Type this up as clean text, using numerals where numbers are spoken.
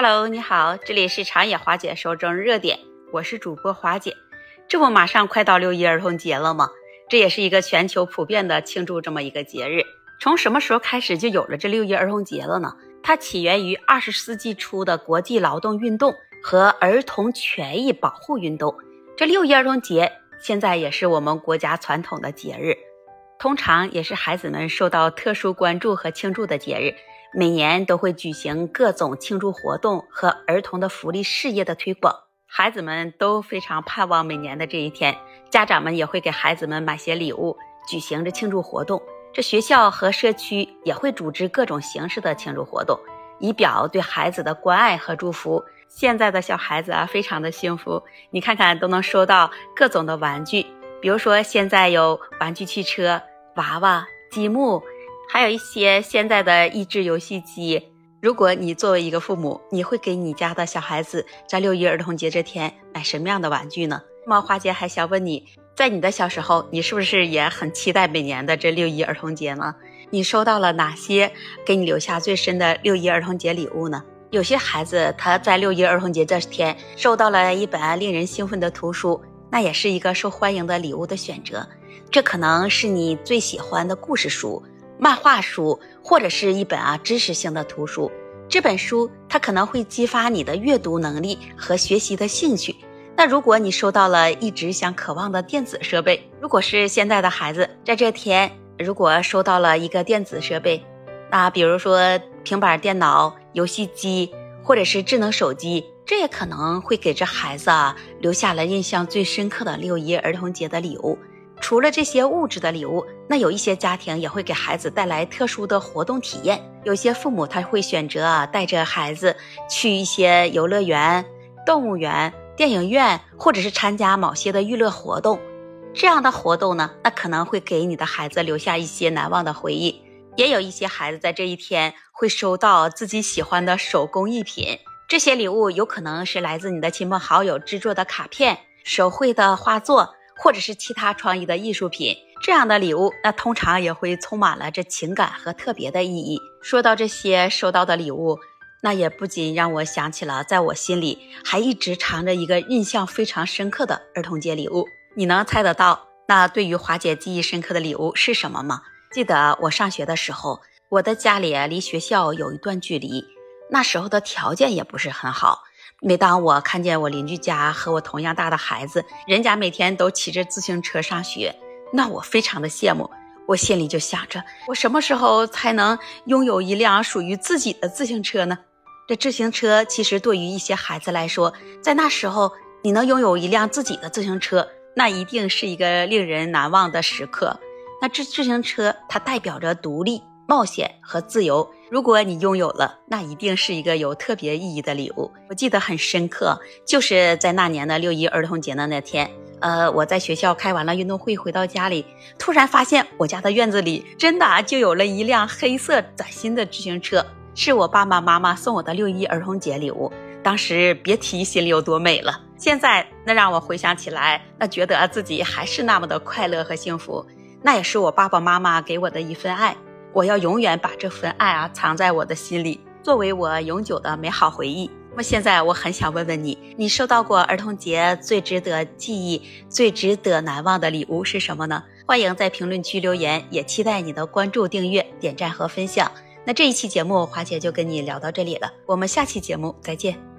Hello， 你好，这里是长野华姐说政热点，我是主播华姐。这不马上快到6·1儿童节了吗？这也是一个全球普遍的庆祝这么一个节日。从什么时候开始就有了这6·1儿童节了呢？它起源于20世纪初的国际劳动运动和儿童权益保护运动。这6·1儿童节现在也是我们国家传统的节日，通常也是孩子们受到特殊关注和庆祝的节日。每年都会举行各种庆祝活动和儿童的福利事业的推广，孩子们都非常盼望每年的这一天，家长们也会给孩子们买些礼物，举行着庆祝活动。这学校和社区也会组织各种形式的庆祝活动，以表对孩子的关爱和祝福。现在的小孩子非常的幸福，你看看都能收到各种的玩具，比如说现在有玩具汽车、娃娃、积木，还有一些现在的益智游戏机。如果你作为一个父母，你会给你家的小孩子在6·1儿童节这天买什么样的玩具呢？那么花姐还想问你，在你的小时候，你是不是也很期待每年的这6·1儿童节呢？你收到了哪些给你留下最深的6·1儿童节礼物呢？有些孩子他在6·1儿童节这天收到了一本令人兴奋的图书，那也是一个受欢迎的礼物的选择。这可能是你最喜欢的故事书、漫画书，或者是一本知识性的图书。这本书它可能会激发你的阅读能力和学习的兴趣。那如果你收到了一直想渴望的电子设备，如果是现在的孩子在这天如果收到了一个电子设备，那比如说平板电脑、游戏机或者是智能手机，这也可能会给这孩子留下了印象最深刻的6·1儿童节的礼物。除了这些物质的礼物，那有一些家庭也会给孩子带来特殊的活动体验。有些父母他会选择带着孩子去一些游乐园、动物园、电影院，或者是参加某些的娱乐活动。这样的活动呢，那可能会给你的孩子留下一些难忘的回忆。也有一些孩子在这一天会收到自己喜欢的手工艺品，这些礼物有可能是来自你的亲朋好友制作的卡片、手绘的画作，或者是其他创意的艺术品。这样的礼物那通常也会充满了这情感和特别的意义。说到这些收到的礼物，那也不仅让我想起了在我心里还一直藏着一个印象非常深刻的儿童节礼物。你能猜得到那对于华姐记忆深刻的礼物是什么吗？记得我上学的时候，我的家里离学校有一段距离，那时候的条件也不是很好。每当我看见我邻居家和我同样大的孩子，人家每天都骑着自行车上学，那我非常的羡慕。我心里就想着，我什么时候才能拥有一辆属于自己的自行车呢？这自行车其实对于一些孩子来说，在那时候你能拥有一辆自己的自行车，那一定是一个令人难忘的时刻。那自行车它代表着独立、冒险和自由，如果你拥有了，那一定是一个有特别意义的礼物。我记得很深刻，就是在那年的6·1儿童节的那天，我在学校开完了运动会回到家里，突然发现我家的院子里真的就有了一辆黑色崭新的自行车，是我爸爸妈妈送我的6·1儿童节礼物。当时别提心里有多美了，现在那让我回想起来，那觉得自己还是那么的快乐和幸福。那也是我爸爸妈妈给我的一份爱，我要永远把这份爱藏在我的心里，作为我永久的美好回忆。那么现在我很想问问你，你收到过儿童节最值得记忆、最值得难忘的礼物是什么呢？欢迎在评论区留言，也期待你的关注、订阅、点赞和分享。那这一期节目华姐就跟你聊到这里了，我们下期节目再见。